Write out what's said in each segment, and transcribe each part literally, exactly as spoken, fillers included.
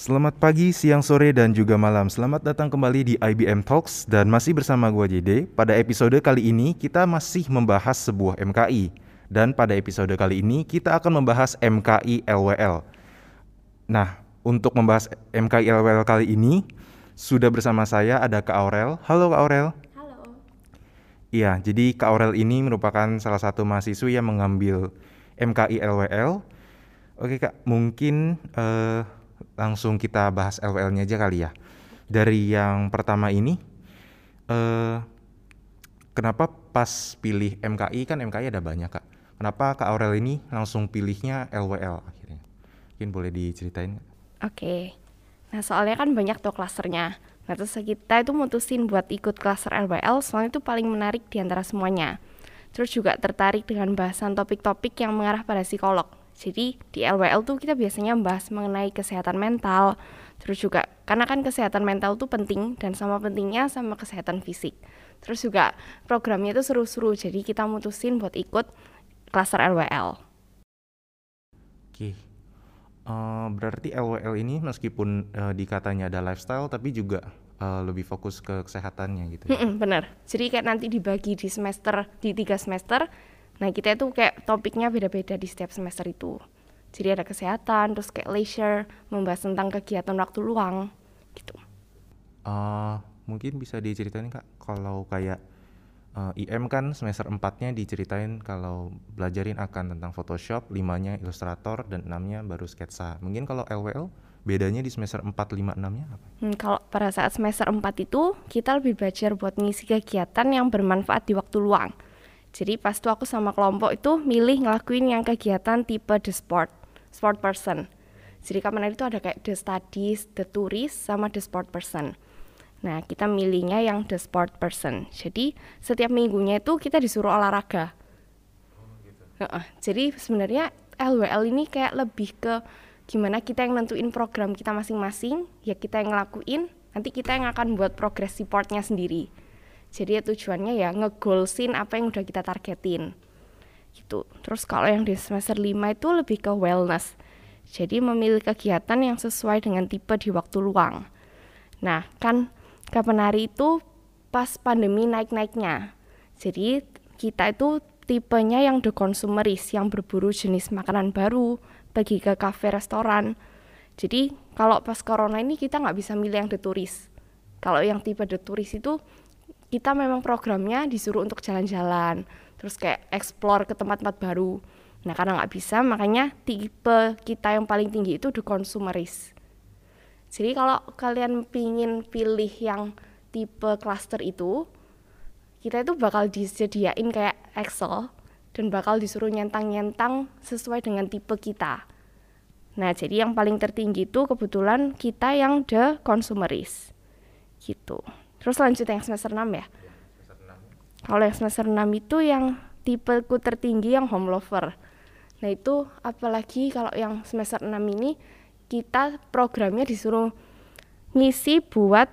Selamat pagi, siang, sore, dan juga malam. Selamat datang kembali di I B M Talks dan masih bersama gua J D. Pada episode kali ini kita masih membahas sebuah M K I. Dan pada episode kali ini kita akan membahas M K I L W L. Nah, untuk membahas M K I L W L kali ini sudah bersama saya ada Kak Aurel. Halo Kak Aurel. Halo. Iya, jadi Kak Aurel ini merupakan salah satu mahasiswa yang mengambil M K I L W L. Oke Kak, mungkin uh, langsung kita bahas L W L-nya aja kali ya. Dari yang pertama ini, uh, kenapa pas pilih M K I, kan M K I ada banyak Kak. Kenapa Kak Aurel ini langsung pilihnya L W L akhirnya? Mungkin boleh diceritain? Oke. Nah, soalnya kan banyak tuh klasternya. Nah, terus kita itu mutusin buat ikut klaster L W L, soalnya itu paling menarik di antara semuanya. Terus juga tertarik dengan bahasan topik-topik yang mengarah pada psikolog. Jadi di L W L tuh kita biasanya membahas mengenai kesehatan mental. Terus juga karena kan kesehatan mental tuh penting dan sama pentingnya sama kesehatan fisik. Terus juga programnya itu seru-seru, jadi kita mutusin buat ikut klaster L W L. Oke. Uh, berarti L W L ini meskipun uh, dikatanya ada lifestyle tapi juga uh, lebih fokus ke kesehatannya gitu ya? Mm-mm, bener. Jadi kayak nanti dibagi di semester, di tiga semester. Nah kita itu kayak topiknya beda-beda di setiap semester itu. Jadi ada kesehatan, terus kayak leisure, membahas tentang kegiatan waktu luang gitu. Uh, mungkin bisa diceritain Kak, kalau kayak uh, I M kan semester empatnya diceritain kalau belajarin akan tentang Photoshop, limanya Illustrator, dan enamnya baru sketsa. Mungkin kalau L W L bedanya di semester empat, lima, enamnya apa? Hmm, kalau pada saat semester empat itu kita lebih belajar buat ngisi kegiatan yang bermanfaat di waktu luang. Jadi pas itu aku sama kelompok itu milih ngelakuin yang kegiatan tipe the sport, sport person. Jadi kemarin itu ada kayak the studies, the tourist, sama the sport person. Nah kita milihnya yang the sport person. Jadi setiap minggunya itu kita disuruh olahraga. Oh, gitu. Uh-uh. Jadi sebenarnya L W L ini kayak lebih ke gimana kita yang nentuin program kita masing-masing, ya kita yang ngelakuin, nanti kita yang akan buat progress reportnya sendiri. Jadi ya tujuannya ya ngegoalsin apa yang udah kita targetin gitu. Terus kalau yang di semester lima itu lebih ke wellness. Jadi memilih kegiatan yang sesuai dengan tipe di waktu luang. Nah kan kapan hari itu pas pandemi naik-naiknya. Jadi kita itu tipenya yang the consumerist, yang berburu jenis makanan baru, pergi ke kafe restoran. Jadi kalau pas corona ini kita nggak bisa milih yang the tourist. Kalau yang tipe the tourist itu kita memang programnya disuruh untuk jalan-jalan, terus kayak explore ke tempat-tempat baru. Nah karena nggak bisa, makanya tipe kita yang paling tinggi itu the consumerist. Jadi kalau kalian pingin pilih yang tipe cluster itu, kita itu bakal disediain kayak Excel dan bakal disuruh nyentang-nyentang sesuai dengan tipe kita. Nah jadi yang paling tertinggi itu kebetulan kita yang the consumerist gitu. Terus lanjut yang semester enam ya? Ya, semester enam. Kalau yang semester enam itu yang tipeku tertinggi yang home lover. Nah itu apalagi kalau yang semester enam ini kita programnya disuruh ngisi buat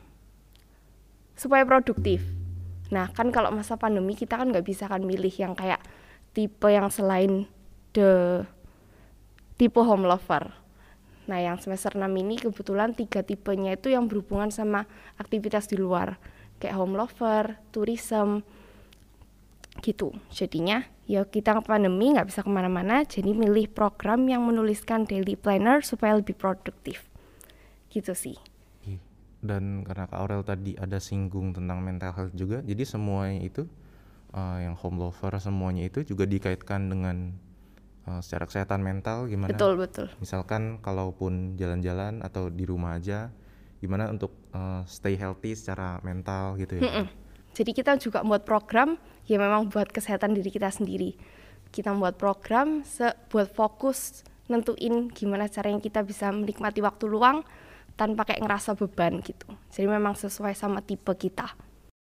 supaya produktif. Nah kan kalau masa pandemi kita kan gak bisa kan milih yang kayak tipe yang selain the tipe home lover. Nah yang semester enam ini kebetulan tiga tipenya itu yang berhubungan sama aktivitas di luar. Kayak home lover, tourism, gitu. Jadinya ya kita pandemi gak bisa kemana-mana, jadi milih program yang menuliskan daily planner supaya lebih produktif. Gitu sih. Dan karena Kak Aurel tadi ada singgung tentang mental health juga, jadi semuanya itu uh, yang home lover semuanya itu juga dikaitkan dengan Uh, secara kesehatan mental gimana? Betul, betul. Misalkan kalaupun jalan-jalan atau di rumah aja, gimana untuk uh, stay healthy secara mental gitu ya? Mm-mm. Jadi kita juga buat program ya memang buat kesehatan diri kita sendiri. Kita buat program se- buat fokus nentuin gimana caranya kita bisa menikmati waktu luang tanpa kayak ngerasa beban gitu. Jadi memang sesuai sama tipe kita.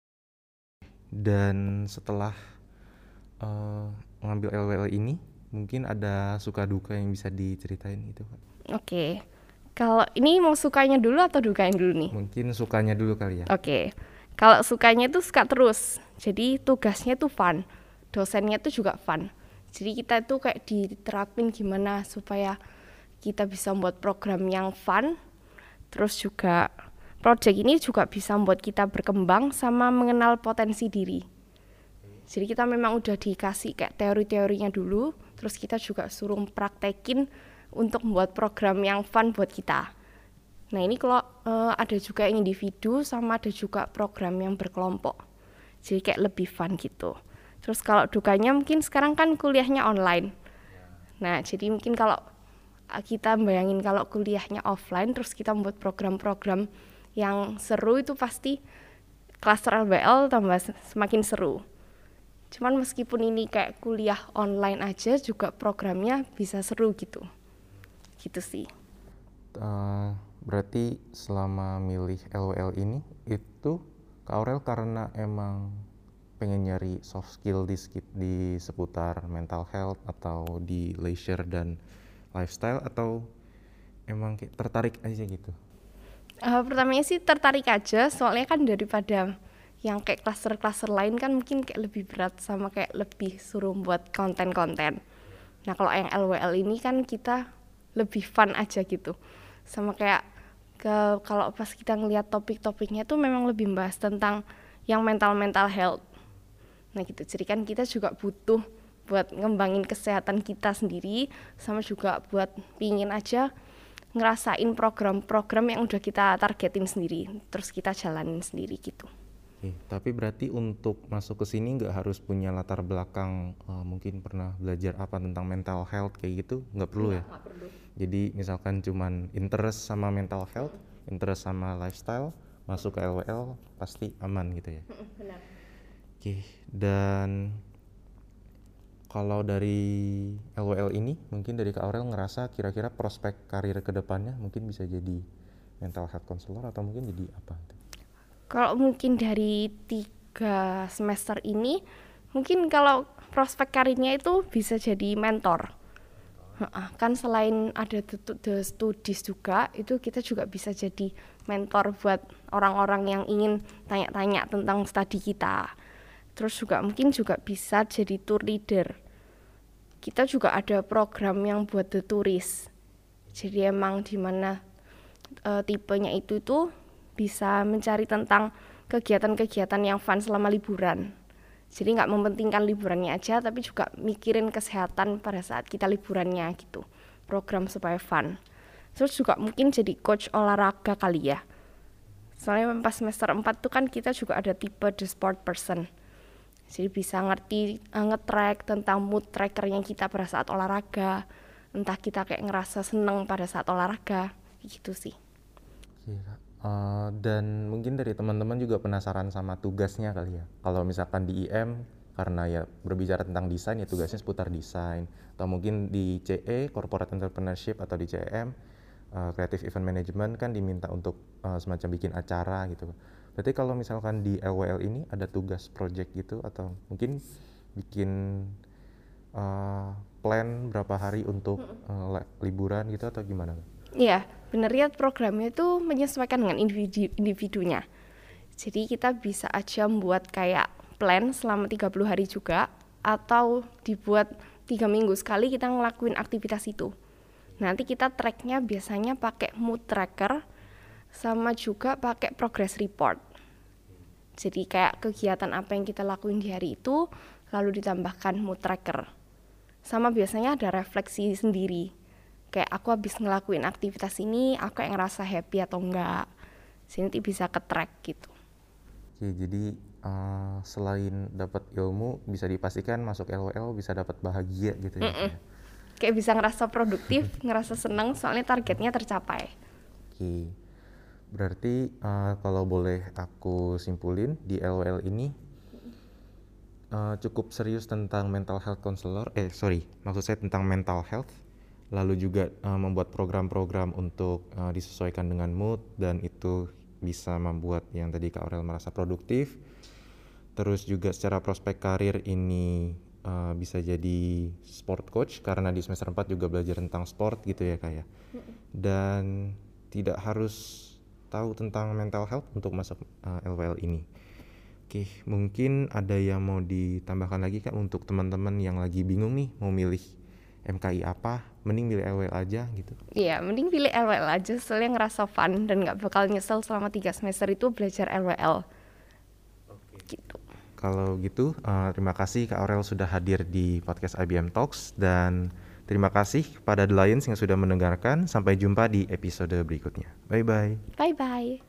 Dan setelah uh, mengambil L W L ini, mungkin ada suka duka yang bisa diceritain gitu Pak? Oke, kalau ini mau sukanya dulu atau dukanya dulu nih? Mungkin sukanya dulu kali ya. Oke, kalau sukanya itu suka terus. Jadi tugasnya tuh fun, dosennya tuh juga fun. Jadi kita tuh kayak diterapin gimana supaya kita bisa membuat program yang fun Terus juga project ini juga bisa membuat kita berkembang sama mengenal potensi diri. Jadi kita memang udah dikasih kayak teori-teorinya dulu, terus kita juga suruh praktekin untuk membuat program yang fun buat kita. Nah ini kalau uh, ada juga yang individu sama ada juga program yang berkelompok. Jadi kayak lebih fun gitu. Terus kalau dukanya mungkin sekarang kan kuliahnya online. Nah jadi mungkin kalau kita bayangin kalau kuliahnya offline terus kita membuat program-program yang seru itu pasti klaster L W L tambah semakin seru. Cuman meskipun ini kayak kuliah online aja juga programnya bisa seru gitu. Gitu sih. Uh, berarti selama milih L W L ini itu Kak Aurel karena emang pengen nyari soft skill di, di seputar mental health atau di leisure dan lifestyle atau emang kayak tertarik aja gitu? Uh, pertamanya sih tertarik aja soalnya kan daripada yang kayak klaster-klaster lain kan mungkin kayak lebih berat sama kayak lebih suruh buat konten-konten. Nah kalau yang L W L ini kan kita lebih fun aja gitu. Sama kayak ke kalau pas kita ngelihat topik-topiknya tuh memang lebih membahas tentang yang mental-mental health. Nah gitu, jadi kan kita juga butuh buat ngembangin kesehatan kita sendiri, sama juga buat pingin aja ngerasain program-program yang udah kita targetin sendiri, terus kita jalanin sendiri gitu. Oke, tapi berarti untuk masuk ke sini nggak harus punya latar belakang uh, mungkin pernah belajar apa tentang mental health kayak gitu, nggak perlu ya? Nggak perlu. Jadi misalkan cuman interest sama mental health, interest sama lifestyle, masuk ke L W L pasti aman gitu ya? Benar. Oke, dan kalau dari L W L ini mungkin dari Kak Aurel ngerasa kira-kira prospek karir kedepannya mungkin bisa jadi mental health counselor atau mungkin jadi apa? Kalau mungkin dari tiga semester ini, mungkin kalau prospek karirnya itu bisa jadi mentor. Kan selain ada the studies juga, itu kita juga bisa jadi mentor buat orang-orang yang ingin tanya-tanya tentang studi kita. Terus juga mungkin juga bisa jadi tour leader. Kita juga ada program yang buat the tourist. Jadi emang dimana e, tipenya itu tuh bisa mencari tentang kegiatan-kegiatan yang fun selama liburan. Jadi nggak mementingkan liburannya aja, tapi juga mikirin kesehatan pada saat kita liburannya gitu. Program supaya fun. Terus juga mungkin jadi coach olahraga kali ya. Soalnya pas semester empat tuh kan kita juga ada tipe the sport person. Jadi bisa ngerti uh, nge-track tentang mood trackernya kita pada saat olahraga. Entah kita kayak ngerasa seneng pada saat olahraga, gitu sih. Oke, Uh, dan mungkin dari teman-teman juga penasaran sama tugasnya kali ya. Kalau misalkan di I M karena ya berbicara tentang desain ya tugasnya seputar desain, atau mungkin di C E Corporate Entrepreneurship atau di C E M uh, Creative Event Management kan diminta untuk uh, semacam bikin acara gitu. Berarti kalau misalkan di L W L ini ada tugas project gitu atau mungkin bikin uh, plan berapa hari untuk uh, liburan gitu atau gimana? Iya, bener ya, programnya itu menyesuaikan dengan individu, individunya. Jadi kita bisa aja membuat kayak plan selama tiga puluh hari juga, atau dibuat tiga minggu sekali kita ngelakuin aktivitas itu. Nanti kita tracknya biasanya pakai mood tracker, sama juga pakai progress report. Jadi kayak kegiatan apa yang kita lakuin di hari itu, lalu ditambahkan mood tracker. Sama biasanya ada refleksi sendiri. Kayak aku habis ngelakuin aktivitas ini, aku kayak ngerasa happy atau enggak. Jadi nanti bisa ke track gitu. Oke, jadi uh, selain dapat ilmu, bisa dipastikan masuk L W L bisa dapat bahagia gitu ya? Mm-mm. Kayak bisa ngerasa produktif, ngerasa seneng, soalnya targetnya tercapai. Oke, berarti uh, kalau boleh aku simpulin di L W L ini uh, cukup serius tentang mental health counselor, eh sorry, maksud saya tentang mental health. Lalu juga uh, membuat program-program untuk uh, disesuaikan dengan mood dan itu bisa membuat yang tadi Kak Aurel merasa produktif. Terus juga secara prospek karir ini uh, bisa jadi sport coach karena di semester empat juga belajar tentang sport gitu ya Kak ya. Dan tidak harus tahu tentang mental health untuk masuk uh, L W L ini. Oke, mungkin ada yang mau ditambahkan lagi Kak untuk teman-teman yang lagi bingung nih mau milih M K I apa, mending pilih L W L aja gitu. Iya, mending pilih L W L aja soalnya ngerasa fun dan nggak bakal nyesel selama tiga semester itu belajar L W L. Gitu. Kalau gitu, uh, terima kasih Kak Aurel sudah hadir di podcast I B M Talks, dan terima kasih kepada The Lions yang sudah mendengarkan. Sampai jumpa di episode berikutnya. Bye-bye. Bye-bye.